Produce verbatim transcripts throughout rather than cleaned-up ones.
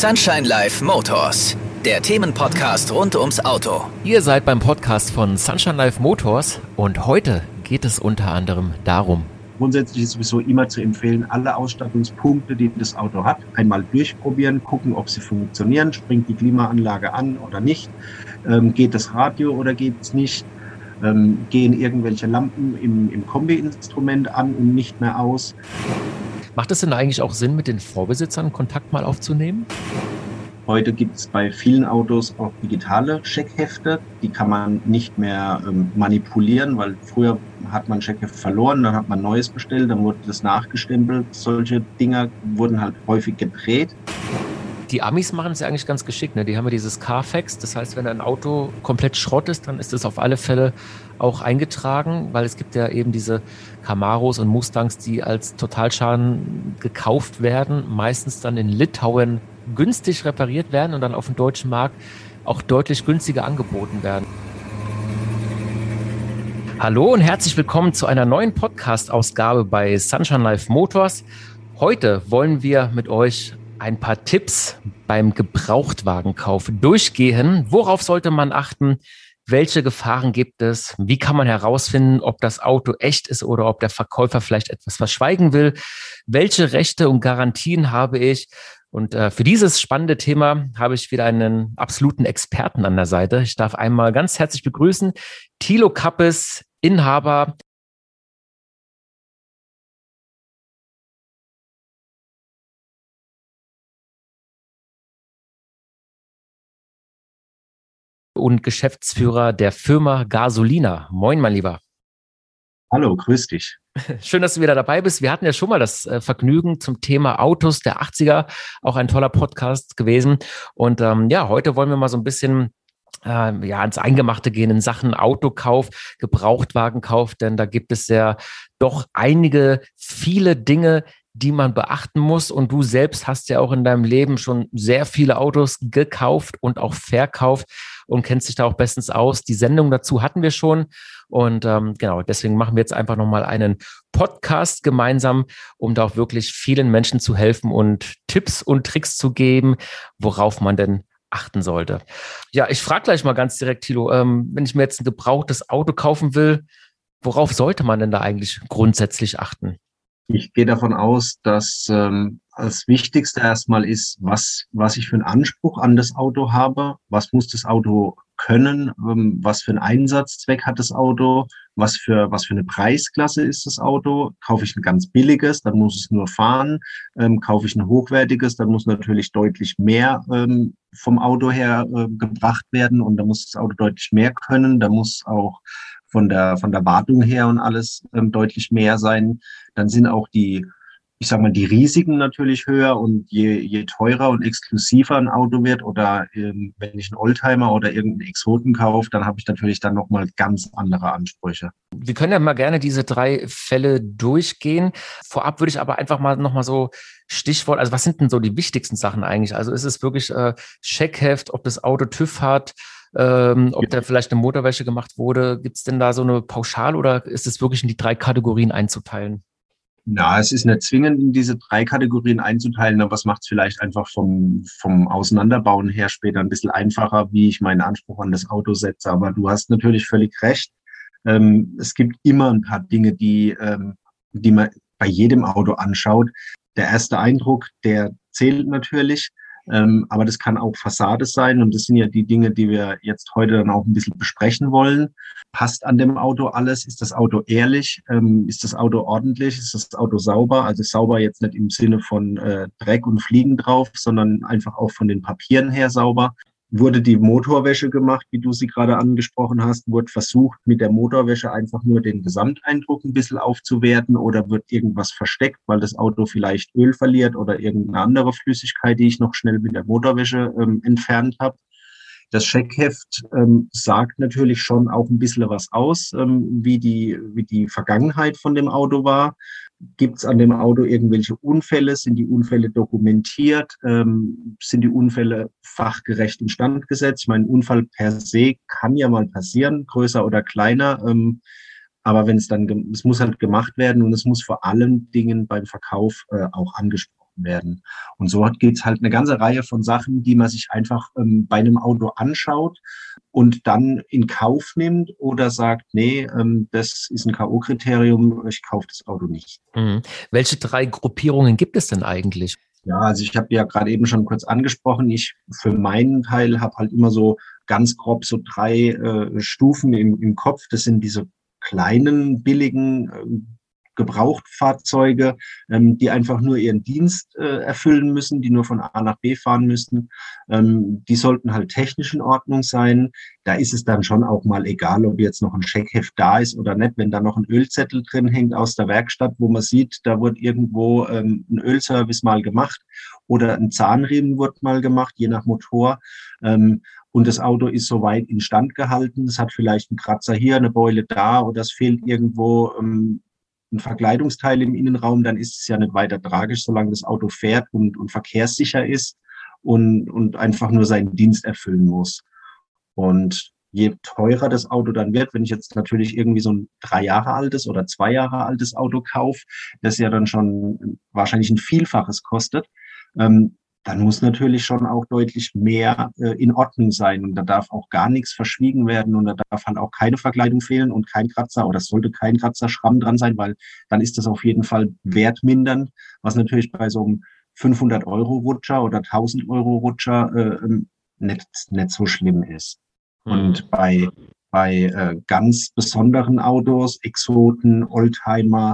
Sunshine Life Motors, der Themenpodcast rund ums Auto. Ihr seid beim Podcast von Sunshine Life Motors und heute geht es unter anderem darum. Grundsätzlich ist sowieso immer zu empfehlen, alle Ausstattungspunkte, die das Auto hat, einmal durchprobieren, gucken, ob sie funktionieren, springt die Klimaanlage an oder nicht, ähm, geht das Radio oder geht es nicht, ähm, gehen irgendwelche Lampen im, im Kombi-Instrument an und nicht mehr aus. Macht es denn eigentlich auch Sinn, mit den Vorbesitzern Kontakt mal aufzunehmen? Heute gibt es bei vielen Autos auch digitale Checkhefte. Die kann man nicht mehr ähm, manipulieren, weil früher hat man ein Checkheft verloren, dann hat man ein neues bestellt, dann wurde das nachgestempelt. Solche Dinger wurden halt häufig gedreht. Die Amis machen es ja eigentlich ganz geschickt, ne? Die haben ja dieses Carfax. Das heißt, wenn ein Auto komplett Schrott ist, dann ist es auf alle Fälle auch eingetragen, weil es gibt ja eben diese Camaros und Mustangs, die als Totalschaden gekauft werden, meistens dann in Litauen günstig repariert werden und dann auf dem deutschen Markt auch deutlich günstiger angeboten werden. Hallo und herzlich willkommen zu einer neuen Podcast-Ausgabe bei Sunshine Life Motors. Heute wollen wir mit euch ein paar Tipps beim Gebrauchtwagenkauf durchgehen. Worauf sollte man achten? Welche Gefahren gibt es? Wie kann man herausfinden, ob das Auto echt ist oder ob der Verkäufer vielleicht etwas verschweigen will? Welche Rechte und Garantien habe ich? Und äh, für dieses spannende Thema habe ich wieder einen absoluten Experten an der Seite. Ich darf einmal ganz herzlich begrüßen Thilo Kappes, Inhaber und Geschäftsführer der Firma Gasolina. Moin, mein Lieber. Hallo, grüß dich. Schön, dass du wieder dabei bist. Wir hatten ja schon mal das äh, Vergnügen zum Thema Autos der achtziger, auch ein toller Podcast gewesen. Und ähm, ja, heute wollen wir mal so ein bisschen äh, ja, ans Eingemachte gehen in Sachen Autokauf, Gebrauchtwagenkauf, denn da gibt es ja doch einige, viele Dinge, die man beachten muss. Und du selbst hast ja auch in deinem Leben schon sehr viele Autos gekauft und auch verkauft und kennst dich da auch bestens aus. Die Sendung dazu hatten wir schon. Und ähm, genau, deswegen machen wir jetzt einfach nochmal einen Podcast gemeinsam, um da auch wirklich vielen Menschen zu helfen und Tipps und Tricks zu geben, worauf man denn achten sollte. Ja, ich frage gleich mal ganz direkt, Thilo, ähm, wenn ich mir jetzt ein gebrauchtes Auto kaufen will, worauf sollte man denn da eigentlich grundsätzlich achten? Ich gehe davon aus, dass ähm, das Wichtigste erstmal ist, was, was ich für einen Anspruch an das Auto habe, was muss das Auto können, ähm, was für einen Einsatzzweck hat das Auto, was für, was für eine Preisklasse ist das Auto. Kaufe ich ein ganz billiges, dann muss es nur fahren. Ähm, kaufe ich ein hochwertiges, dann muss natürlich deutlich mehr ähm, vom Auto her äh, gebracht werden und da muss das Auto deutlich mehr können, da muss auch von der, von der Wartung her und alles ähm, deutlich mehr sein. Dann sind auch die, ich sag mal, die Risiken natürlich höher und je, je teurer und exklusiver ein Auto wird oder ähm, wenn ich einen Oldtimer oder irgendeinen Exoten kaufe, dann habe ich natürlich dann nochmal ganz andere Ansprüche. Wir können ja mal gerne diese drei Fälle durchgehen. Vorab würde ich aber einfach mal nochmal so Stichwort, also was sind denn so die wichtigsten Sachen eigentlich? Also ist es wirklich äh, Checkheft, ob das Auto TÜV hat, ähm, ob da vielleicht eine Motorwäsche gemacht wurde? Gibt es denn da so eine Pauschal oder ist es wirklich in die drei Kategorien einzuteilen? Na, es ist nicht zwingend in diese drei Kategorien einzuteilen, aber es macht es vielleicht einfach vom, vom Auseinanderbauen her später ein bisschen einfacher, wie ich meinen Anspruch an das Auto setze. Aber du hast natürlich völlig recht. Ähm, es gibt immer ein paar Dinge, die, ähm, die man bei jedem Auto anschaut. Der erste Eindruck, der zählt natürlich. Ähm, aber das kann auch Fassade sein und das sind ja die Dinge, die wir jetzt heute dann auch ein bisschen besprechen wollen. Passt an dem Auto alles? Ist das Auto ehrlich? Ähm, ist das Auto ordentlich? Ist das Auto sauber? Also sauber jetzt nicht im Sinne von äh, Dreck und Fliegen drauf, sondern einfach auch von den Papieren her sauber. Wurde die Motorwäsche gemacht, wie du sie gerade angesprochen hast? Wurde versucht, mit der Motorwäsche einfach nur den Gesamteindruck ein bisschen aufzuwerten oder wird irgendwas versteckt, weil das Auto vielleicht Öl verliert oder irgendeine andere Flüssigkeit, die ich noch schnell mit der Motorwäsche ähm, entfernt habe? Das Checkheft ähm, sagt natürlich schon auch ein bisschen was aus, ähm, wie die, wie die Vergangenheit von dem Auto war. Gibt es an dem Auto irgendwelche Unfälle? Sind die Unfälle dokumentiert? Ähm, sind die Unfälle fachgerecht instand gesetzt? Ich meine, ein Unfall per se kann ja mal passieren, größer oder kleiner. Ähm, aber wenn es dann, es muss halt gemacht werden und es muss vor allen Dingen beim Verkauf äh, auch angesprochen werden. Und so gibt es halt eine ganze Reihe von Sachen, die man sich einfach ähm, bei einem Auto anschaut und dann in Kauf nimmt oder sagt, nee, ähm, das ist ein K O-Kriterium, ich kaufe das Auto nicht. Mhm. Welche drei Gruppierungen gibt es denn eigentlich? Ja, also ich habe ja gerade eben schon kurz angesprochen, ich für meinen Teil habe halt immer so ganz grob so drei äh, Stufen im, im Kopf. Das sind diese kleinen, billigen äh, Gebrauchtfahrzeuge, ähm, die einfach nur ihren Dienst äh, erfüllen müssen, die nur von A nach B fahren müssen. Ähm, die sollten halt technisch in Ordnung sein. Da ist es dann schon auch mal egal, ob jetzt noch ein Scheckheft da ist oder nicht. Wenn da noch ein Ölzettel drin hängt aus der Werkstatt, wo man sieht, da wurde irgendwo ähm, ein Ölservice mal gemacht oder ein Zahnriemen wurde mal gemacht, je nach Motor. Ähm, und das Auto ist soweit instand gehalten. Es hat vielleicht einen Kratzer hier, eine Beule da oder es fehlt irgendwo ähm, ein Verkleidungsteil im Innenraum, dann ist es ja nicht weiter tragisch, solange das Auto fährt und, und verkehrssicher ist und, und einfach nur seinen Dienst erfüllen muss. Und je teurer das Auto dann wird, wenn ich jetzt natürlich irgendwie so ein drei Jahre altes oder zwei Jahre altes Auto kaufe, das ja dann schon wahrscheinlich ein Vielfaches kostet, ähm, dann muss natürlich schon auch deutlich mehr äh, in Ordnung sein. Und da darf auch gar nichts verschwiegen werden und da darf halt auch keine Verkleidung fehlen und kein Kratzer oder es sollte kein Kratzer, Schramm dran sein, weil dann ist das auf jeden Fall wertmindernd, was natürlich bei so einem fünfhundert-Euro-Rutscher oder tausend-Euro-Rutscher äh, nicht, nicht so schlimm ist. Mhm. Und bei, bei äh, ganz besonderen Autos, Exoten, Oldtimer,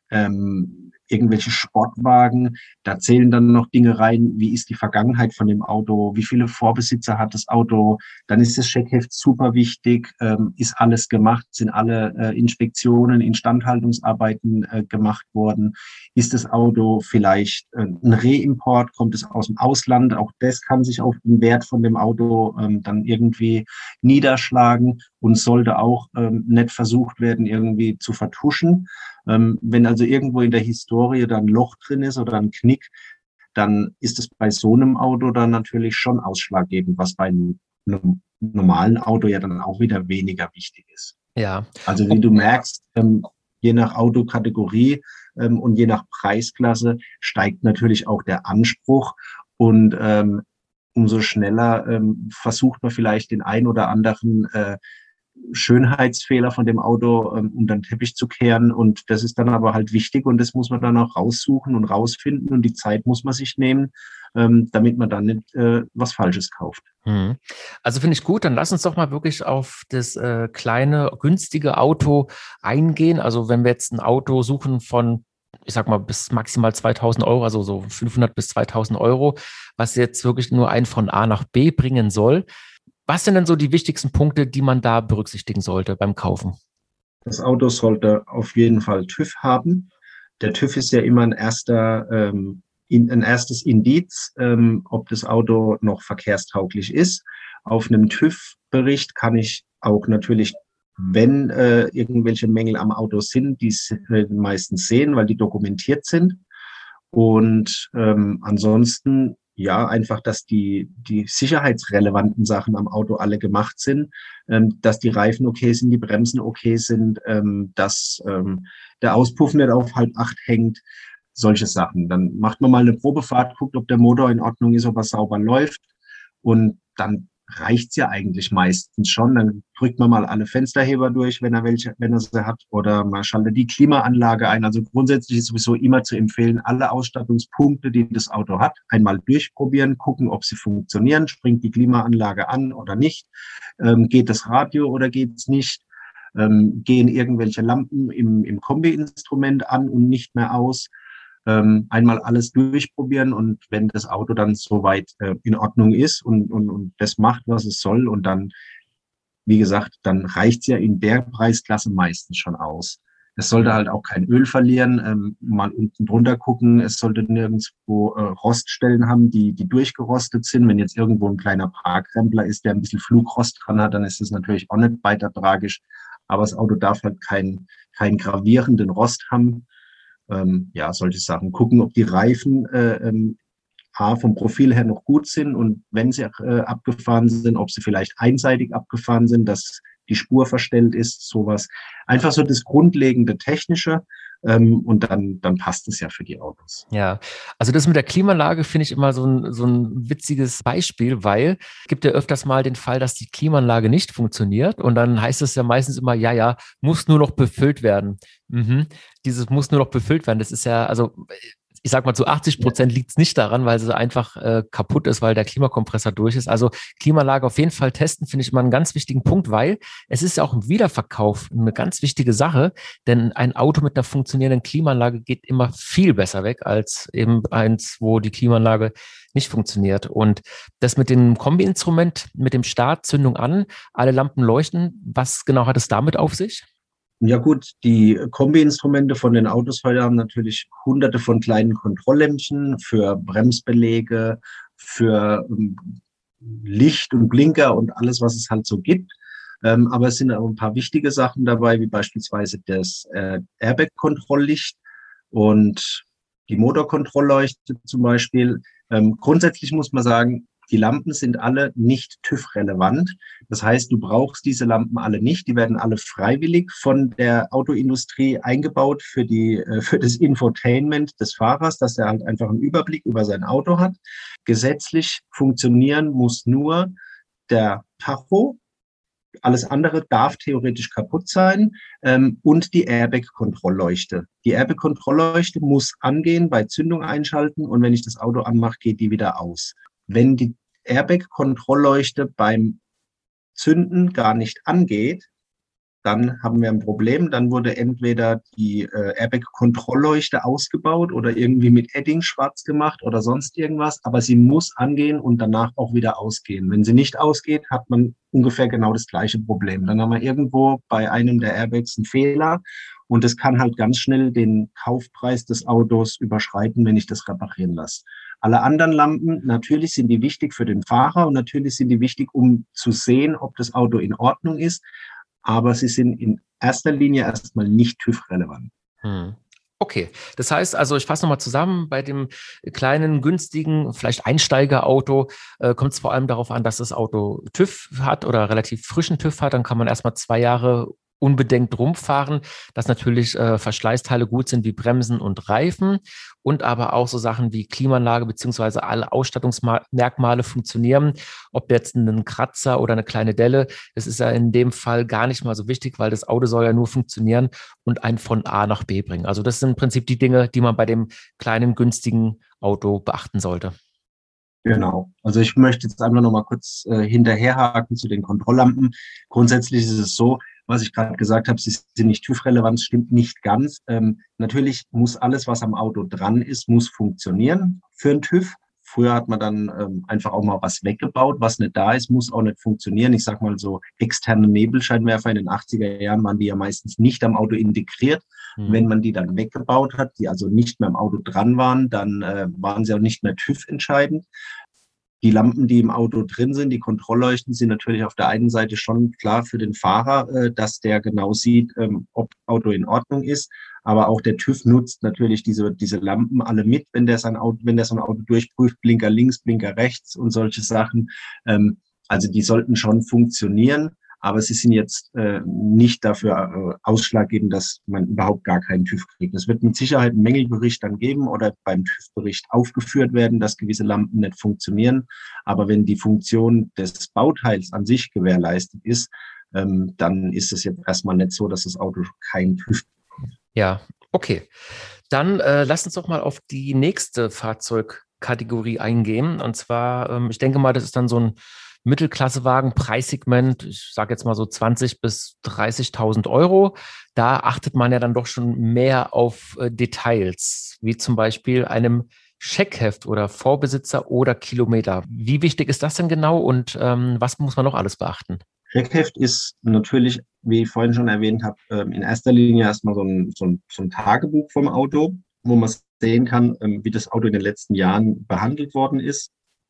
ähm, irgendwelche Sportwagen, da zählen dann noch Dinge rein, wie ist die Vergangenheit von dem Auto, wie viele Vorbesitzer hat das Auto, dann ist das Scheckheft super wichtig, ähm, ist alles gemacht, sind alle äh, Inspektionen, Instandhaltungsarbeiten äh, gemacht worden, ist das Auto vielleicht äh, ein Reimport, kommt es aus dem Ausland, auch das kann sich auf den Wert von dem Auto ähm, dann irgendwie niederschlagen und sollte auch ähm, nicht versucht werden, irgendwie zu vertuschen. Ähm, wenn also irgendwo in der Historie dann ein Loch drin ist oder ein Knick, dann ist es bei so einem Auto dann natürlich schon ausschlaggebend, was bei einem normalen Auto ja dann auch wieder weniger wichtig ist. Ja. Also wie du merkst, ähm, je nach Autokategorie ähm, und je nach Preisklasse steigt natürlich auch der Anspruch und ähm, umso schneller ähm, versucht man vielleicht den ein oder anderen äh, Schönheitsfehler von dem Auto ähm, unter den Teppich zu kehren. Und das ist dann aber halt wichtig und das muss man dann auch raussuchen und rausfinden und die Zeit muss man sich nehmen, ähm, damit man dann nicht äh, was Falsches kauft. Mhm. Also finde ich gut, dann lass uns doch mal wirklich auf das äh, kleine, günstige Auto eingehen. Also wenn wir jetzt ein Auto suchen von, ich sag mal, bis maximal zweitausend Euro, also so fünfhundert bis zweitausend Euro, was jetzt wirklich nur einen von A nach B bringen soll. Was sind denn so die wichtigsten Punkte, die man da berücksichtigen sollte beim Kaufen? Das Auto sollte auf jeden Fall TÜV haben. Der TÜV ist ja immer ein erster, ähm, in, ein erstes Indiz, ähm, ob das Auto noch verkehrstauglich ist. Auf einem TÜV-Bericht kann ich auch natürlich, wenn äh, irgendwelche Mängel am Auto sind, die äh, meistens sehen, weil die dokumentiert sind. Und ähm, ansonsten ja, einfach, dass die, die sicherheitsrelevanten Sachen am Auto alle gemacht sind, ähm, dass die Reifen okay sind, die Bremsen okay sind, ähm, dass ähm, der Auspuff nicht auf halb acht hängt, solche Sachen. Dann macht man mal eine Probefahrt, guckt, ob der Motor in Ordnung ist, ob er sauber läuft und dann reicht's ja eigentlich meistens schon. Dann drückt man mal alle Fensterheber durch, wenn er welche, wenn er sie hat, oder man schaltet die Klimaanlage ein. Also grundsätzlich ist sowieso immer zu empfehlen, alle Ausstattungspunkte, die das Auto hat, einmal durchprobieren, gucken, ob sie funktionieren. Springt die Klimaanlage an oder nicht? Ähm, geht das Radio oder geht's nicht? Ähm, gehen irgendwelche Lampen im, im Kombi-Instrument an und nicht mehr aus? Ähm, einmal alles durchprobieren und wenn das Auto dann soweit äh, in Ordnung ist und, und, und das macht, was es soll und dann, wie gesagt, dann reicht's ja in der Preisklasse meistens schon aus. Es sollte halt auch kein Öl verlieren, ähm, mal unten drunter gucken, es sollte nirgendwo äh, Roststellen haben, die, die durchgerostet sind. Wenn jetzt irgendwo ein kleiner Parkrempler ist, der ein bisschen Flugrost dran hat, dann ist das natürlich auch nicht weiter tragisch. Aber das Auto darf halt keinen keinen gravierenden Rost haben. Ähm, ja, solche Sachen. Gucken, ob die Reifen äh, ähm, A, vom Profil her noch gut sind und wenn sie äh, abgefahren sind, ob sie vielleicht einseitig abgefahren sind, dass die Spur verstellt ist, sowas. Einfach so das grundlegende Technische. Ähm, und dann, dann passt es ja für die Autos. Ja, also das mit der Klimaanlage finde ich immer so ein, so ein witziges Beispiel, weil es gibt ja öfters mal den Fall, dass die Klimaanlage nicht funktioniert und dann heißt es ja meistens immer, ja, ja, muss nur noch befüllt werden. Mhm. Dieses muss nur noch befüllt werden, das ist ja, also ich sag mal, zu achtzig Prozent liegt es nicht daran, weil sie einfach äh, kaputt ist, weil der Klimakompressor durch ist. Also Klimaanlage auf jeden Fall testen, finde ich immer einen ganz wichtigen Punkt, weil es ist ja auch im Wiederverkauf eine ganz wichtige Sache, denn ein Auto mit einer funktionierenden Klimaanlage geht immer viel besser weg als eben eins, wo die Klimaanlage nicht funktioniert. Und das mit dem Kombi-Instrument, mit dem Start, Zündung an, alle Lampen leuchten, was genau hat es damit auf sich? Ja gut, die Kombi-Instrumente von den Autos heute haben natürlich hunderte von kleinen Kontrolllämpchen für Bremsbeläge, für ähm, Licht und Blinker und alles, was es halt so gibt. Ähm, aber es sind auch ein paar wichtige Sachen dabei, wie beispielsweise das äh, Airbag-Kontrolllicht und die Motorkontrollleuchte zum Beispiel. Ähm, grundsätzlich muss man sagen, die Lampen sind alle nicht TÜV-relevant. Das heißt, du brauchst diese Lampen alle nicht. Die werden alle freiwillig von der Autoindustrie eingebaut für die, für das Infotainment des Fahrers, dass er halt einfach einen Überblick über sein Auto hat. Gesetzlich funktionieren muss nur der Tacho. Alles andere darf theoretisch kaputt sein, ähm, und die Airbag-Kontrollleuchte. Die Airbag-Kontrollleuchte muss angehen, bei Zündung einschalten und wenn ich das Auto anmache, geht die wieder aus. Wenn die Airbag-Kontrollleuchte beim Zünden gar nicht angeht, dann haben wir ein Problem. Dann wurde entweder die äh, Airbag-Kontrollleuchte ausgebaut oder irgendwie mit Edding schwarz gemacht oder sonst irgendwas. Aber sie muss angehen und danach auch wieder ausgehen. Wenn sie nicht ausgeht, hat man ungefähr genau das gleiche Problem. Dann haben wir irgendwo bei einem der Airbags einen Fehler. Und das kann halt ganz schnell den Kaufpreis des Autos überschreiten, wenn ich das reparieren lasse. Alle anderen Lampen, natürlich sind die wichtig für den Fahrer und natürlich sind die wichtig, um zu sehen, ob das Auto in Ordnung ist. Aber sie sind in erster Linie erstmal nicht TÜV-relevant. Hm. Okay, das heißt also, ich fasse nochmal zusammen, bei dem kleinen, günstigen, vielleicht Einsteigerauto äh, kommt es vor allem darauf an, dass das Auto TÜV hat oder relativ frischen TÜV hat. Dann kann man erstmal zwei Jahre unbedenkt rumfahren, dass natürlich äh, Verschleißteile gut sind wie Bremsen und Reifen und aber auch so Sachen wie Klimaanlage beziehungsweise alle Ausstattungsmerkmale funktionieren. Ob jetzt ein Kratzer oder eine kleine Delle, das ist ja in dem Fall gar nicht mal so wichtig, weil das Auto soll ja nur funktionieren und einen von A nach B bringen. Also das sind im Prinzip die Dinge, die man bei dem kleinen, günstigen Auto beachten sollte. Genau. Also ich möchte jetzt einfach noch mal kurz äh, hinterherhaken zu den Kontrolllampen. Grundsätzlich ist es so, was ich gerade gesagt habe, sie sind nicht TÜV-relevant, stimmt nicht ganz. Ähm, natürlich muss alles, was am Auto dran ist, muss funktionieren für einen TÜV. Früher hat man dann ähm, einfach auch mal was weggebaut, was nicht da ist, muss auch nicht funktionieren. Ich sag mal so, externe Nebelscheinwerfer in den achtziger Jahren waren die ja meistens nicht am Auto integriert. Mhm. Wenn man die dann weggebaut hat, die also nicht mehr am Auto dran waren, dann äh, waren sie auch nicht mehr TÜV-entscheidend. Die Lampen, die im Auto drin sind, die Kontrollleuchten, sind natürlich auf der einen Seite schon klar für den Fahrer, äh, dass der genau sieht, ähm, ob Auto in Ordnung ist. Aber auch der TÜV nutzt natürlich diese, diese Lampen alle mit, wenn der sein Auto, wenn der so ein Auto durchprüft, Blinker links, Blinker rechts und solche Sachen. Ähm, also die sollten schon funktionieren. Aber sie sind jetzt äh, nicht dafür äh, ausschlaggebend, dass man überhaupt gar keinen TÜV kriegt. Es wird mit Sicherheit einen Mängelbericht dann geben oder beim TÜV-Bericht aufgeführt werden, dass gewisse Lampen nicht funktionieren. Aber wenn die Funktion des Bauteils an sich gewährleistet ist, ähm, dann ist es jetzt erstmal nicht so, dass das Auto keinen TÜV bekommt. Ja, okay. Dann äh, lass uns doch mal auf die nächste Fahrzeugkategorie eingehen. Und zwar, ähm, ich denke mal, das ist dann so ein Mittelklassewagen, Preissegment, ich sage jetzt mal so zwanzigtausend bis dreißigtausend Euro. Da achtet man ja dann doch schon mehr auf äh, Details, wie zum Beispiel einem Scheckheft oder Vorbesitzer oder Kilometer. Wie wichtig ist das denn genau und ähm, was muss man noch alles beachten? Scheckheft ist natürlich, wie ich vorhin schon erwähnt habe, in erster Linie erstmal so ein, so ein, so ein Tagebuch vom Auto, wo man sehen kann, wie das Auto in den letzten Jahren behandelt worden ist,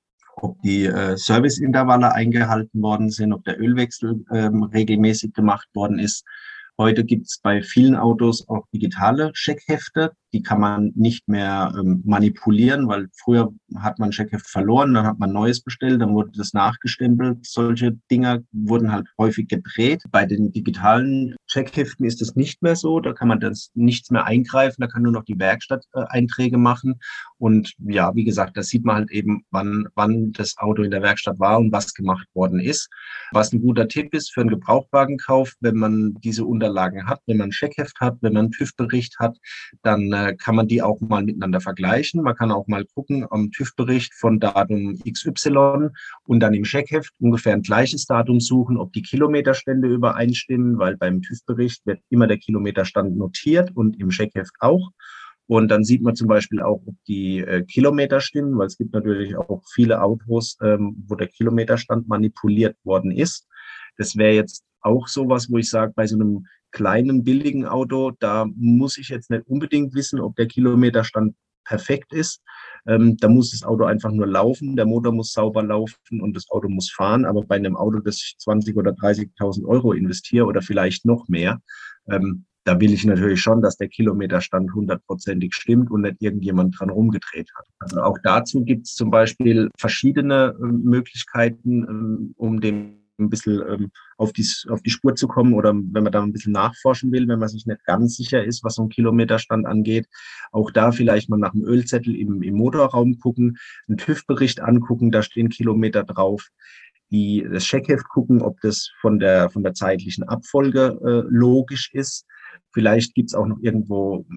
ob die äh, Serviceintervalle eingehalten worden sind, ob der Ölwechsel ähm, regelmäßig gemacht worden ist. Heute gibt es bei vielen Autos auch digitale Scheckhefte. die kann man nicht mehr ähm, manipulieren, weil früher hat man ein Checkheft verloren, dann hat man ein neues bestellt, dann wurde das nachgestempelt. Solche Dinger wurden halt häufig gedreht. Bei den digitalen Checkheften ist das nicht mehr so, da kann man das nichts mehr eingreifen, da kann nur noch die Werkstatt äh, Einträge machen. Und ja, wie gesagt, da sieht man halt eben, wann, wann das Auto in der Werkstatt war und was gemacht worden ist. Was ein guter Tipp ist für einen Gebrauchtwagenkauf, wenn man diese Unterlagen hat, wenn man ein Checkheft hat, wenn man einen TÜV-Bericht hat, dann äh, kann man die auch mal miteinander vergleichen. Man kann auch mal gucken am TÜV-Bericht von Datum X Y und dann im Checkheft ungefähr ein gleiches Datum suchen, ob die Kilometerstände übereinstimmen, weil beim TÜV-Bericht wird immer der Kilometerstand notiert und im Checkheft auch. Und dann sieht man zum Beispiel auch, ob die äh, Kilometer stimmen, weil es gibt natürlich auch viele Autos, ähm, wo der Kilometerstand manipuliert worden ist. Das wäre jetzt auch sowas, wo ich sage, bei so einem kleinen, billigen Auto, da muss ich jetzt nicht unbedingt wissen, ob der Kilometerstand perfekt ist. Ähm, da muss das Auto einfach nur laufen, der Motor muss sauber laufen und das Auto muss fahren. Aber bei einem Auto, das ich zwanzig oder dreißigtausend Euro investiere oder vielleicht noch mehr, ähm, da will ich natürlich schon, dass der Kilometerstand hundertprozentig stimmt und nicht irgendjemand dran rumgedreht hat. Also auch dazu gibt es zum Beispiel verschiedene äh, Möglichkeiten, ähm, um dem ein bisschen ähm, auf, die, auf die Spur zu kommen oder wenn man da ein bisschen nachforschen will, wenn man sich nicht ganz sicher ist, was so ein Kilometerstand angeht. Auch da vielleicht mal nach dem Ölzettel im, im Motorraum gucken, einen TÜV-Bericht angucken, da stehen Kilometer drauf. Die, das Checkheft gucken, ob das von der, von der zeitlichen Abfolge äh, logisch ist. Vielleicht gibt's auch noch irgendwo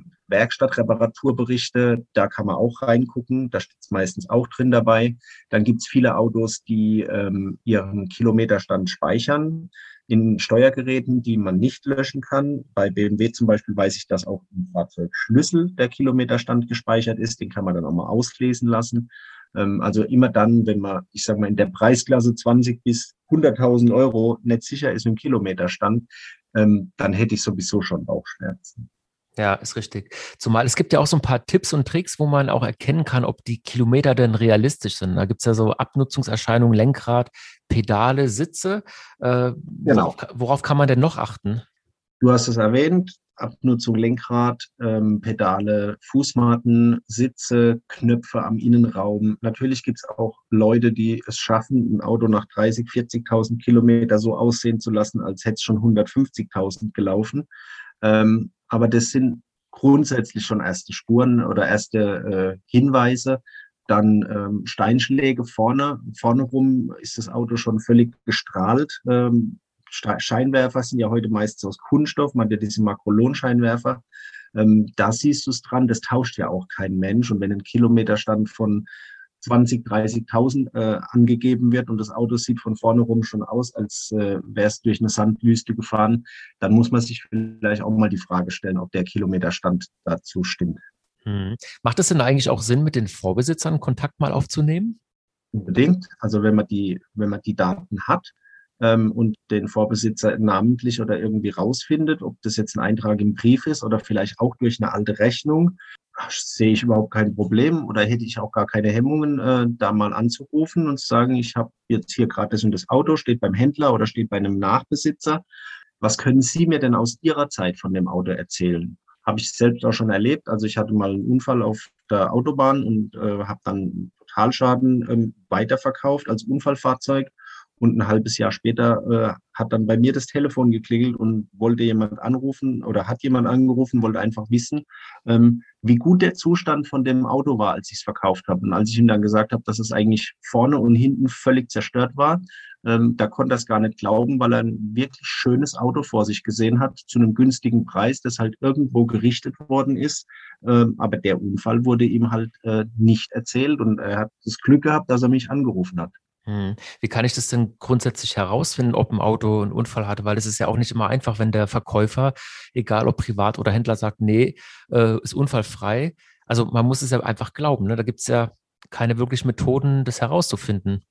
Werkstattreparaturberichte, da kann man auch reingucken, da steht's meistens auch drin dabei. Dann gibt's viele Autos, die ähm, ihren Kilometerstand speichern in Steuergeräten, die man nicht löschen kann. Bei B M W zum Beispiel weiß ich, dass auch im Fahrzeugschlüssel der Kilometerstand gespeichert ist, den kann man dann auch mal auslesen lassen. Ähm, also immer dann, wenn man, ich sage mal, in der Preisklasse zwanzig bis hunderttausend Euro nicht sicher ist im Kilometerstand, ähm, dann hätte ich sowieso schon Bauchschmerzen. Ja, ist richtig. Zumal es gibt ja auch so ein paar Tipps und Tricks, wo man auch erkennen kann, ob die Kilometer denn realistisch sind. Da gibt es ja so Abnutzungserscheinungen, Lenkrad, Pedale, Sitze. Äh, Genau. worauf, worauf kann man denn noch achten? Du hast es erwähnt, Abnutzung Lenkrad, ähm, Pedale, Fußmatten, Sitze, Knöpfe am Innenraum. Natürlich gibt es auch Leute, die es schaffen, ein Auto nach dreißigtausend, vierzigtausend Kilometer so aussehen zu lassen, als hätte es schon hundertfünfzigtausend gelaufen. Ähm, aber das sind grundsätzlich schon erste Spuren oder erste äh, Hinweise. Dann ähm, Steinschläge vorne. Vorne rum ist das Auto schon völlig gestrahlt. Ähm, Scheinwerfer sind ja heute meistens aus Kunststoff, man hat ja diese Makrolon-Scheinwerfer. Ähm, da siehst du es dran, das tauscht ja auch kein Mensch. Und wenn ein Kilometerstand von zwanzig, dreißigtausend äh, angegeben wird und das Auto sieht von vorne rum schon aus, als äh, wäre es durch eine Sandwüste gefahren, dann muss man sich vielleicht auch mal die Frage stellen, ob der Kilometerstand dazu stimmt. Hm. Macht es denn eigentlich auch Sinn, mit den Vorbesitzern Kontakt mal aufzunehmen? Unbedingt. Also wenn man die, wenn man die Daten hat, ähm, und den Vorbesitzer namentlich oder irgendwie rausfindet, ob das jetzt ein Eintrag im Brief ist oder vielleicht auch durch eine alte Rechnung, sehe ich überhaupt kein Problem oder hätte ich auch gar keine Hemmungen, äh, da mal anzurufen und zu sagen, ich habe jetzt hier gerade das und das Auto, steht beim Händler oder steht bei einem Nachbesitzer. Was können Sie mir denn aus Ihrer Zeit von dem Auto erzählen? Habe ich selbst auch schon erlebt. Also ich hatte mal einen Unfall auf der Autobahn und äh, habe dann Totalschaden ähm, weiterverkauft als Unfallfahrzeug. Und ein halbes Jahr später äh, hat dann bei mir das Telefon geklingelt und wollte jemand anrufen oder hat jemand angerufen, wollte einfach wissen, ähm, wie gut der Zustand von dem Auto war, als ich es verkauft habe. Und als ich ihm dann gesagt habe, dass es eigentlich vorne und hinten völlig zerstört war, ähm, da konnte er es gar nicht glauben, weil er ein wirklich schönes Auto vor sich gesehen hat, zu einem günstigen Preis, das halt irgendwo gerichtet worden ist. Ähm, aber der Unfall wurde ihm halt äh, nicht erzählt und er hat das Glück gehabt, dass er mich angerufen hat. Hm. Wie kann ich das denn grundsätzlich herausfinden, ob ein Auto einen Unfall hatte? Weil es ist ja auch nicht immer einfach, wenn der Verkäufer, egal ob privat oder Händler, sagt, nee, äh, ist unfallfrei. Also man muss es ja einfach glauben, ne? Da gibt es ja keine wirklichen Methoden, das herauszufinden.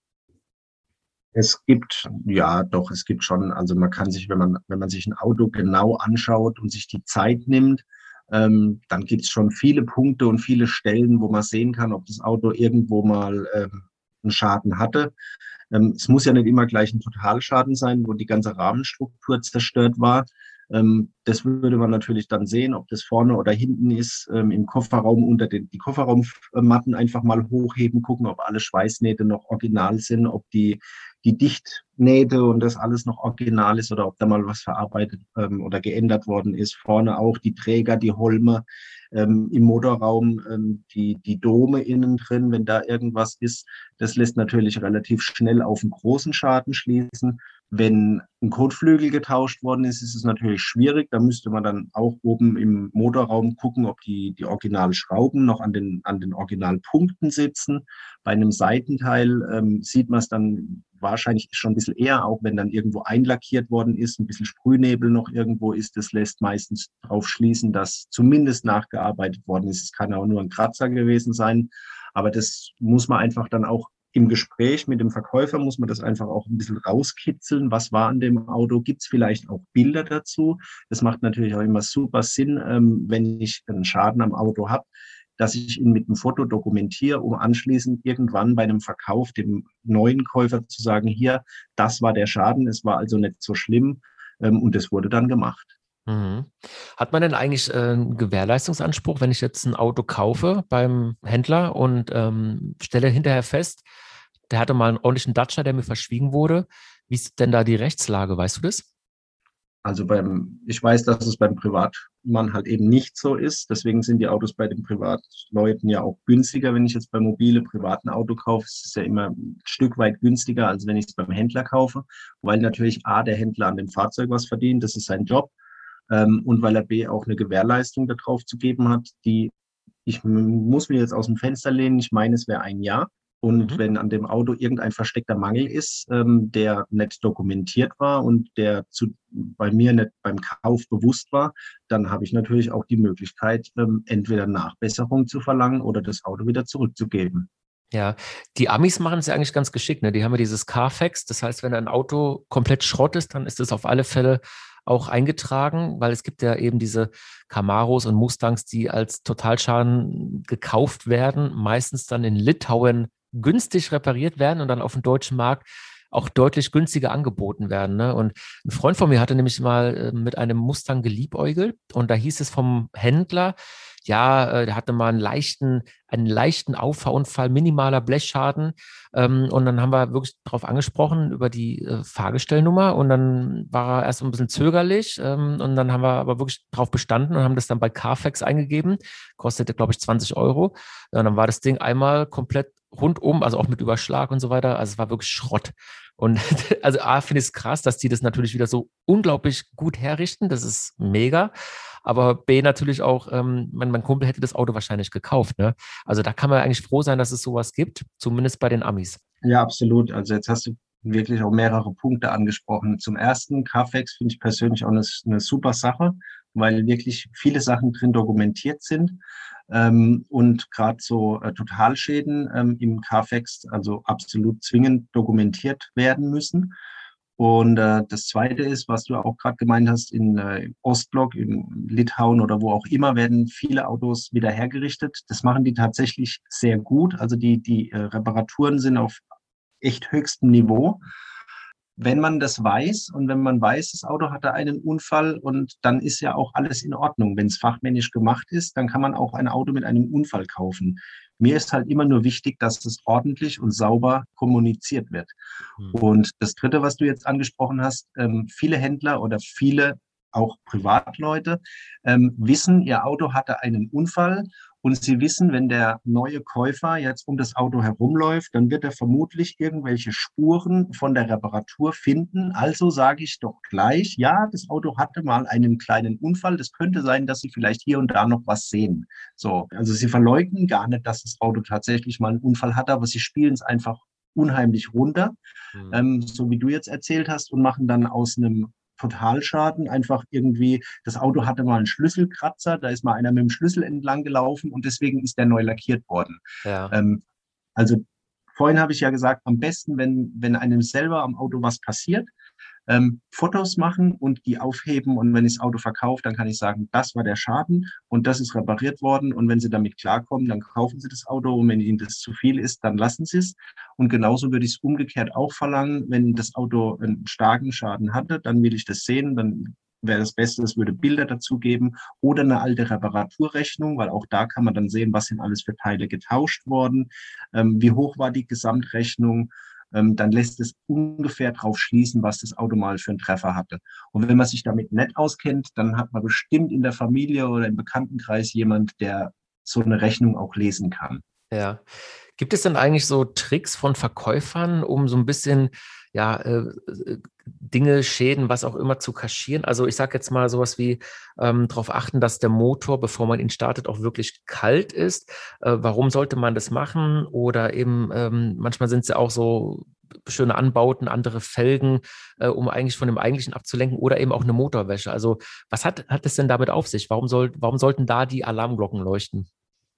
Es gibt, ja, doch, es gibt schon, also man kann sich, wenn man, wenn man sich ein Auto genau anschaut und sich die Zeit nimmt, ähm, dann gibt es schon viele Punkte und viele Stellen, wo man sehen kann, ob das Auto irgendwo mal ähm, einen Schaden hatte. Ähm, es muss ja nicht immer gleich ein Totalschaden sein, wo die ganze Rahmenstruktur zerstört war. Ähm, das würde man natürlich dann sehen, ob das vorne oder hinten ist, ähm, im Kofferraum unter den die Kofferraummatten einfach mal hochheben, gucken, ob alle Schweißnähte noch original sind, ob die, die Dichtnähte und das alles noch original ist oder ob da mal was verarbeitet ähm, oder geändert worden ist. Vorne auch die Träger, die Holme, ähm, im Motorraum, ähm, die, die Dome innen drin, wenn da irgendwas ist. Das lässt natürlich relativ schnell auf einen großen Schaden schließen. Wenn ein Kotflügel getauscht worden ist, ist es natürlich schwierig. Da müsste man dann auch oben im Motorraum gucken, ob die, die Originalschrauben noch an den, an den Originalpunkten sitzen. Bei einem Seitenteil ähm, sieht man es dann wahrscheinlich schon ein bisschen eher, auch wenn dann irgendwo einlackiert worden ist, ein bisschen Sprühnebel noch irgendwo ist. Das lässt meistens darauf schließen, dass zumindest nachgearbeitet worden ist. Es kann auch nur ein Kratzer gewesen sein. Aber das muss man einfach dann auch im Gespräch mit dem Verkäufer muss man das einfach auch ein bisschen rauskitzeln. Was war an dem Auto? Gibt es vielleicht auch Bilder dazu? Das macht natürlich auch immer super Sinn, ähm, wenn ich einen Schaden am Auto habe, dass ich ihn mit einem Foto dokumentiere, um anschließend irgendwann bei einem Verkauf dem neuen Käufer zu sagen, hier, das war der Schaden, es war also nicht so schlimm, ähm, und es wurde dann gemacht. Mhm. Hat man denn eigentlich äh, einen Gewährleistungsanspruch, wenn ich jetzt ein Auto kaufe beim Händler und ähm, stelle hinterher fest, der hatte mal einen ordentlichen Dacia, der mir verschwiegen wurde. Wie ist denn da die Rechtslage? Weißt du das? Also beim, ich weiß, dass es beim Privatmann halt eben nicht so ist. Deswegen sind die Autos bei den Privatleuten ja auch günstiger. Wenn ich jetzt bei mobile privaten Auto kaufe, ist es ja immer ein Stück weit günstiger, als wenn ich es beim Händler kaufe, weil natürlich A, der Händler an dem Fahrzeug was verdient, das ist sein Job, ähm, und weil er B, auch eine Gewährleistung darauf zu geben hat, die ich muss mir jetzt aus dem Fenster lehnen, ich meine, es wäre ein Jahr. Und Mhm. wenn an dem Auto irgendein versteckter Mangel ist, ähm, der nicht dokumentiert war und der zu, bei mir nicht beim Kauf bewusst war, dann habe ich natürlich auch die Möglichkeit, ähm, entweder Nachbesserung zu verlangen oder das Auto wieder zurückzugeben. Ja, die Amis machen es ja eigentlich ganz geschickt, ne? Die haben ja dieses Carfax. Das heißt, wenn ein Auto komplett Schrott ist, dann ist es auf alle Fälle auch eingetragen, weil es gibt ja eben diese Camaros und Mustangs, die als Totalschaden gekauft werden, meistens dann in Litauen günstig repariert werden und dann auf dem deutschen Markt auch deutlich günstiger angeboten werden. Ne? Und ein Freund von mir hatte nämlich mal äh, mit einem Mustang geliebäugelt und da hieß es vom Händler, ja, äh, der hatte mal einen leichten, einen leichten Auffahrunfall, minimaler Blechschaden. Ähm, und dann haben wir wirklich darauf angesprochen, über die äh, Fahrgestellnummer. Und dann war er erst ein bisschen zögerlich. Ähm, und dann haben wir aber wirklich darauf bestanden und haben das dann bei Carfax eingegeben. Kostete, glaube ich, zwanzig Euro. Ja, und dann war das Ding einmal komplett rundum, also auch mit Überschlag und so weiter. Also es war wirklich Schrott. Und also A, finde ich es krass, dass die das natürlich wieder so unglaublich gut herrichten. Das ist mega. Aber B, natürlich auch, ähm, mein, mein Kumpel hätte das Auto wahrscheinlich gekauft. Ne? Also da kann man eigentlich froh sein, dass es sowas gibt, zumindest bei den Amis. Ja, absolut. Also jetzt hast du wirklich auch mehrere Punkte angesprochen. Zum ersten, Carfax finde ich persönlich auch eine, eine super Sache, weil wirklich viele Sachen drin dokumentiert sind. Ähm, und gerade so äh, Totalschäden ähm, im Carfax also absolut zwingend dokumentiert werden müssen. Und äh, das Zweite ist, was du auch gerade gemeint hast, in äh, Ostblock, in Litauen oder wo auch immer, werden viele Autos wieder hergerichtet. Das machen die tatsächlich sehr gut. Also die, die äh, Reparaturen sind auf echt höchstem Niveau. Wenn man das weiß und wenn man weiß, das Auto hatte einen Unfall und dann ist ja auch alles in Ordnung. Wenn es fachmännisch gemacht ist, dann kann man auch ein Auto mit einem Unfall kaufen. Mir ist halt immer nur wichtig, dass es ordentlich und sauber kommuniziert wird. Hm. Und das Dritte, was du jetzt angesprochen hast, ähm, viele Händler oder viele auch Privatleute ähm, wissen, ihr Auto hatte einen Unfall und sie wissen, wenn der neue Käufer jetzt um das Auto herumläuft, dann wird er vermutlich irgendwelche Spuren von der Reparatur finden. Also sage ich doch gleich, ja, das Auto hatte mal einen kleinen Unfall. Das könnte sein, dass Sie vielleicht hier und da noch was sehen. So, also Sie verleugnen gar nicht, dass das Auto tatsächlich mal einen Unfall hatte, aber Sie spielen es einfach unheimlich runter, Hm. ähm, so wie du jetzt erzählt hast, und machen dann aus einem Totalschaden einfach irgendwie, das Auto hatte mal einen Schlüsselkratzer, da ist mal einer mit dem Schlüssel entlang gelaufen und deswegen ist der neu lackiert worden. Ja. Ähm, also vorhin habe ich ja gesagt, am besten, wenn, wenn einem selber am Auto was passiert, ähm, Fotos machen und die aufheben. Und wenn ich das Auto verkaufe, dann kann ich sagen, das war der Schaden und das ist repariert worden. Und wenn Sie damit klarkommen, dann kaufen Sie das Auto. Und wenn Ihnen das zu viel ist, dann lassen Sie es. Und genauso würde ich es umgekehrt auch verlangen. Wenn das Auto einen starken Schaden hatte, dann will ich das sehen. Dann wäre das Beste, es würde Bilder dazu geben oder eine alte Reparaturrechnung, weil auch da kann man dann sehen, was sind alles für Teile getauscht worden, ähm, wie hoch war die Gesamtrechnung. Ähm, dann lässt es ungefähr drauf schließen, was das Auto mal für einen Treffer hatte. Und wenn man sich damit nicht auskennt, dann hat man bestimmt in der Familie oder im Bekanntenkreis jemand, der so eine Rechnung auch lesen kann. Ja. Gibt es denn eigentlich so Tricks von Verkäufern, um so ein bisschen, ja, äh, äh, Dinge, Schäden, was auch immer zu kaschieren? Also ich sage jetzt mal sowas wie ähm, darauf achten, dass der Motor, bevor man ihn startet, auch wirklich kalt ist. Äh, warum sollte man das machen? Oder eben ähm, manchmal sind es ja auch so schöne Anbauten, andere Felgen, äh, um eigentlich von dem Eigentlichen abzulenken oder eben auch eine Motorwäsche. Also was hat, hat es denn damit auf sich? Warum soll, warum sollten da die Alarmglocken leuchten?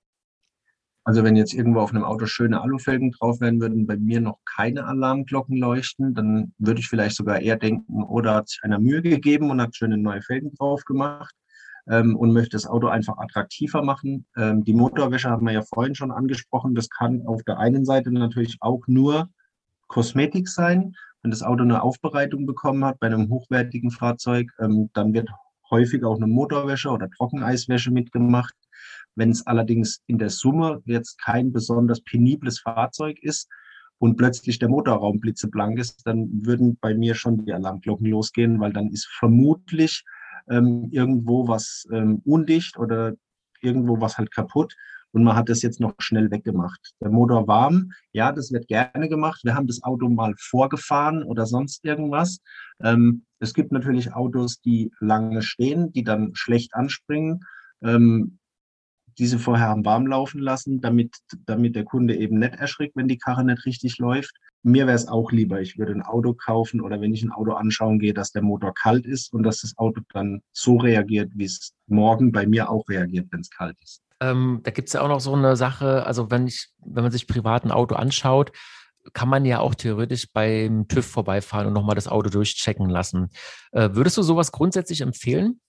Also wenn jetzt irgendwo auf einem Auto schöne Alufelgen drauf wären, würden bei mir noch keine Alarmglocken leuchten. Dann würde ich vielleicht sogar eher denken, oh, da hat sich einer Mühe gegeben und hat schöne neue Felgen drauf gemacht, ähm, und möchte das Auto einfach attraktiver machen. Ähm, die Motorwäsche haben wir ja vorhin schon angesprochen. Das kann auf der einen Seite natürlich auch nur Kosmetik sein. Wenn das Auto eine Aufbereitung bekommen hat bei einem hochwertigen Fahrzeug, ähm, dann wird häufig auch eine Motorwäsche oder Trockeneiswäsche mitgemacht. Wenn es allerdings in der Summe jetzt kein besonders penibles Fahrzeug ist und plötzlich der Motorraum blitzeblank ist, dann würden bei mir schon die Alarmglocken losgehen, weil dann ist vermutlich ähm, irgendwo was ähm, undicht oder irgendwo was halt kaputt und man hat das jetzt noch schnell weggemacht. Der Motor warm, ja, das wird gerne gemacht. Wir haben das Auto mal vorgefahren oder sonst irgendwas. Ähm, es gibt natürlich Autos, die lange stehen, die dann schlecht anspringen. Ähm, diese vorher haben warm laufen lassen, damit, damit der Kunde eben nicht erschrickt, wenn die Karre nicht richtig läuft. Mir wäre es auch lieber, ich würde ein Auto kaufen oder wenn ich ein Auto anschauen gehe, dass der Motor kalt ist und dass das Auto dann so reagiert, wie es morgen bei mir auch reagiert, wenn es kalt ist. Ähm, da gibt es ja auch noch so eine Sache, also wenn ich, wenn man sich privat ein Auto anschaut, kann man ja auch theoretisch beim TÜV vorbeifahren und nochmal das Auto durchchecken lassen. Äh, würdest du sowas grundsätzlich empfehlen?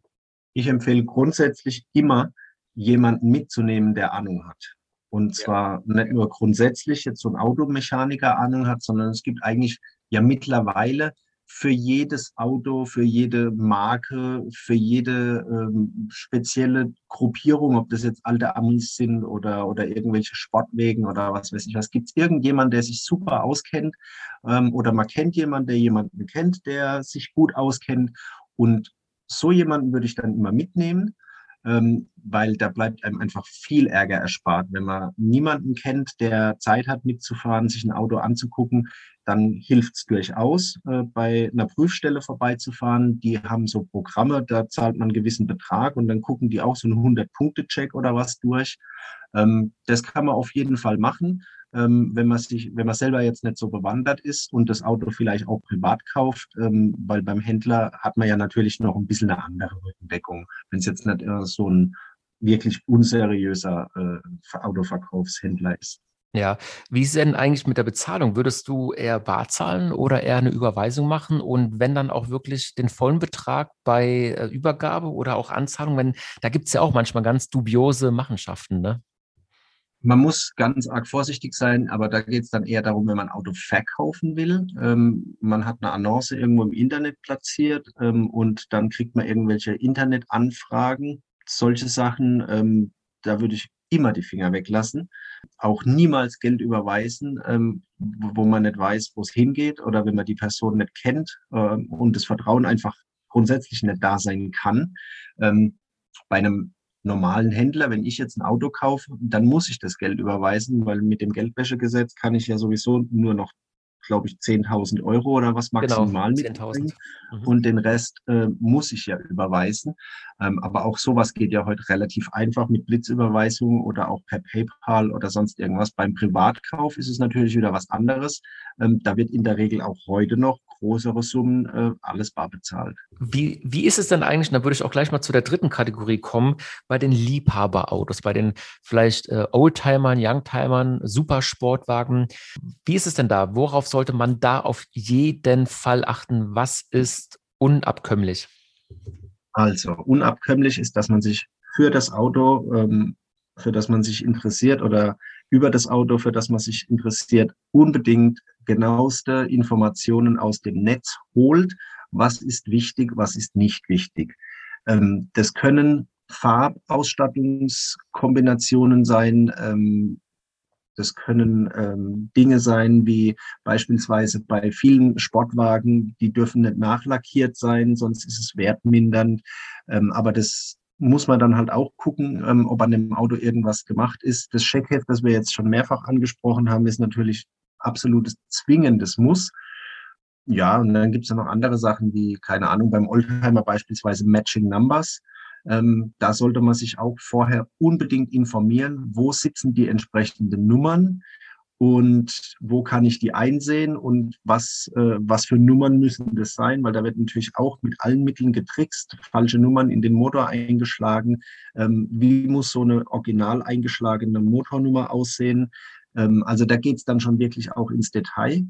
Ich empfehle grundsätzlich immer, jemanden mitzunehmen, der Ahnung hat. Und Ja. zwar nicht nur grundsätzlich jetzt so ein Automechaniker Ahnung hat, sondern es gibt eigentlich ja mittlerweile für jedes Auto, für jede Marke, für jede ähm, spezielle Gruppierung, ob das jetzt alte Amis sind oder, oder irgendwelche Sportwegen oder was weiß ich was, gibt es irgendjemanden, der sich super auskennt, ähm, oder man kennt jemanden, der jemanden kennt, der sich gut auskennt und so jemanden würde ich dann immer mitnehmen, ähm, weil da bleibt einem einfach viel Ärger erspart. Wenn man niemanden kennt, der Zeit hat mitzufahren, sich ein Auto anzugucken, dann hilft es durchaus, äh, bei einer Prüfstelle vorbeizufahren. Die haben so Programme, da zahlt man einen gewissen Betrag und dann gucken die auch so einen hundert-Punkte-Check oder was durch. Ähm, das kann man auf jeden Fall machen, ähm, wenn man sich, wenn man selber jetzt nicht so bewandert ist und das Auto vielleicht auch privat kauft, ähm, weil beim Händler hat man ja natürlich noch ein bisschen eine andere Rückendeckung, wenn es jetzt nicht äh, so ein wirklich unseriöser äh, Autoverkaufshändler ist. Ja, wie ist es denn eigentlich mit der Bezahlung? Würdest du eher bar zahlen oder eher eine Überweisung machen? Und wenn dann auch wirklich den vollen Betrag bei äh, Übergabe oder auch Anzahlung, wenn, da gibt es ja auch manchmal ganz dubiose Machenschaften, ne? Man muss ganz arg vorsichtig sein, aber da geht es dann eher darum, wenn man ein Auto verkaufen will. Ähm, man hat eine Annonce irgendwo im Internet platziert, ähm, und dann kriegt man irgendwelche Internetanfragen, solche Sachen. Ähm, da würde ich immer die Finger weglassen. Auch niemals Geld überweisen, ähm, wo wo man nicht weiß, wo es hingeht oder wenn man die Person nicht kennt, ähm, und das Vertrauen einfach grundsätzlich nicht da sein kann. Ähm, bei einem normalen Händler, wenn ich jetzt ein Auto kaufe, dann muss ich das Geld überweisen, weil mit dem Geldwäschegesetz kann ich ja sowieso nur noch, glaube ich, zehntausend Euro oder was Genau, maximal mitbringen. zehntausend. Mhm. Und den Rest äh, muss ich ja überweisen. Ähm, aber auch sowas geht ja heute relativ einfach mit Blitzüberweisung oder auch per PayPal oder sonst irgendwas. Beim Privatkauf ist es natürlich wieder was anderes. Ähm, da wird in der Regel auch heute noch größere Summen äh, alles bar bezahlt. Wie, wie ist es denn eigentlich, und da würde ich auch gleich mal zu der dritten Kategorie kommen, bei den Liebhaberautos, bei den vielleicht äh, Oldtimern, Youngtimern, Supersportwagen. Wie ist es denn da? Worauf sollte man da auf jeden Fall achten? Was ist unabkömmlich? Also, unabkömmlich ist, dass man sich für das Auto, ähm, für das man sich interessiert oder über das Auto, für das man sich interessiert, unbedingt genaueste Informationen aus dem Netz holt, was ist wichtig, was ist nicht wichtig. Ähm, das können Farbausstattungskombinationen sein, ähm, das können ähm, Dinge sein, wie beispielsweise bei vielen Sportwagen, die dürfen nicht nachlackiert sein, sonst ist es wertmindernd. Ähm, aber das muss man dann halt auch gucken, ähm, ob an dem Auto irgendwas gemacht ist. Das Scheckheft, das wir jetzt schon mehrfach angesprochen haben, ist natürlich absolutes zwingendes Muss. Ja, und dann gibt es ja noch andere Sachen wie, keine Ahnung, beim Oldtimer beispielsweise Matching Numbers. Ähm, da sollte man sich auch vorher unbedingt informieren, wo sitzen die entsprechenden Nummern und wo kann ich die einsehen und was, äh, was für Nummern müssen das sein, weil da wird natürlich auch mit allen Mitteln getrickst, falsche Nummern in den Motor eingeschlagen. Ähm, wie muss so eine original eingeschlagene Motornummer aussehen? Ähm, also da geht es dann schon wirklich auch ins Detail.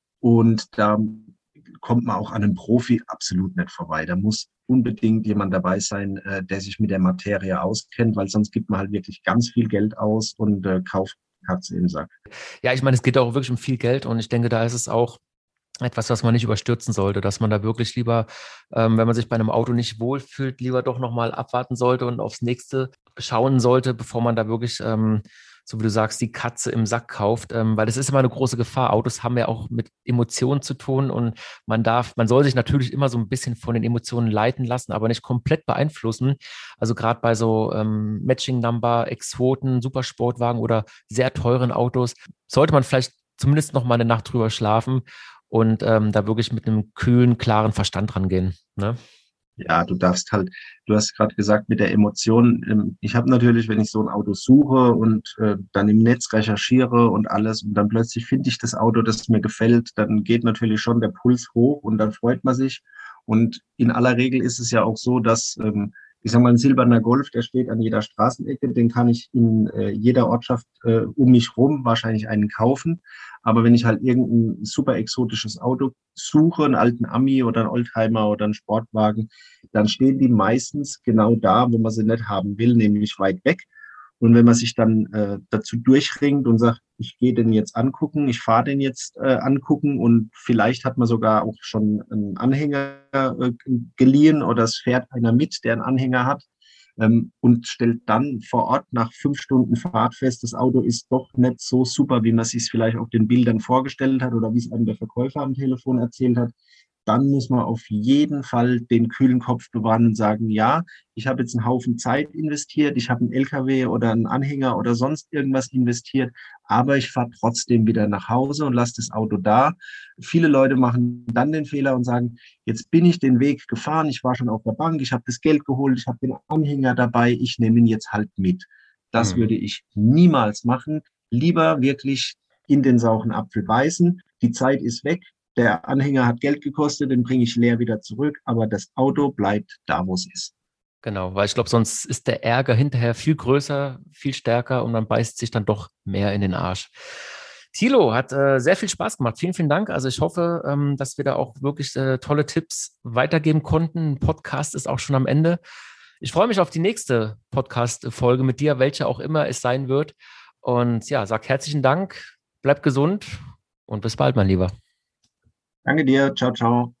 Und da kommt man auch an einem Profi absolut nicht vorbei. Da muss unbedingt jemand dabei sein, äh, der sich mit der Materie auskennt, weil sonst gibt man halt wirklich ganz viel Geld aus und äh, kauft Katze im Sack. Ja, ich meine, es geht auch wirklich um viel Geld und ich denke, da ist es auch etwas, was man nicht überstürzen sollte, dass man da wirklich lieber, ähm, wenn man sich bei einem Auto nicht wohlfühlt, lieber doch nochmal abwarten sollte und aufs nächste schauen sollte, bevor man da wirklich, ähm, so wie du sagst, die Katze im Sack kauft, ähm, weil das ist immer eine große Gefahr. Autos haben ja auch mit Emotionen zu tun und man darf, man soll sich natürlich immer so ein bisschen von den Emotionen leiten lassen, aber nicht komplett beeinflussen. Also gerade bei so ähm, Matching Number, Exoten, Supersportwagen oder sehr teuren Autos sollte man vielleicht zumindest noch mal eine Nacht drüber schlafen und ähm, da wirklich mit einem kühlen, klaren Verstand rangehen. Ne? Ja, du darfst halt, du hast gerade gesagt, mit der Emotion. ähm, Ich habe natürlich, wenn ich so ein Auto suche und äh, dann im Netz recherchiere und alles und dann plötzlich finde ich das Auto, das mir gefällt, dann geht natürlich schon der Puls hoch und dann freut man sich. Und in aller Regel ist es ja auch so, dass, ähm, ich sag mal, ein silberner Golf, der steht an jeder Straßenecke, den kann ich in äh, jeder Ortschaft äh, um mich rum wahrscheinlich einen kaufen. Aber wenn ich halt irgendein super exotisches Auto suche, einen alten Ami oder einen Oldtimer oder einen Sportwagen, dann stehen die meistens genau da, wo man sie nicht haben will, nämlich weit weg. Und wenn man sich dann äh, dazu durchringt und sagt, ich gehe den jetzt angucken, ich fahre den jetzt äh, angucken und vielleicht hat man sogar auch schon einen Anhänger äh, geliehen oder es fährt einer mit, der einen Anhänger hat, ähm, und stellt dann vor Ort nach fünf Stunden Fahrt fest, das Auto ist doch nicht so super, wie man es sich vielleicht auf den Bildern vorgestellt hat oder wie es einem der Verkäufer am Telefon erzählt hat, dann muss man auf jeden Fall den kühlen Kopf bewahren und sagen, ja, ich habe jetzt einen Haufen Zeit investiert, ich habe einen L K W oder einen Anhänger oder sonst irgendwas investiert, aber ich fahre trotzdem wieder nach Hause und lasse das Auto da. Viele Leute machen dann den Fehler und sagen, jetzt bin ich den Weg gefahren, ich war schon auf der Bank, ich habe das Geld geholt, ich habe den Anhänger dabei, ich nehme ihn jetzt halt mit. Das Mhm. würde ich niemals machen. Lieber wirklich in den sauren Apfel beißen. Die Zeit ist weg. Der Anhänger hat Geld gekostet, den bringe ich leer wieder zurück, aber das Auto bleibt da, wo es ist. Genau, weil ich glaube, sonst ist der Ärger hinterher viel größer, viel stärker und man beißt sich dann doch mehr in den Arsch. Thilo, hat äh, sehr viel Spaß gemacht. Vielen, vielen Dank. Also ich hoffe, ähm, dass wir da auch wirklich äh, tolle Tipps weitergeben konnten. Ein Podcast ist auch schon am Ende. Ich freue mich auf die nächste Podcast-Folge mit dir, welche auch immer es sein wird. Und ja, sag herzlichen Dank, bleib gesund und bis bald, mein Lieber. Danke dir. Ciao, ciao.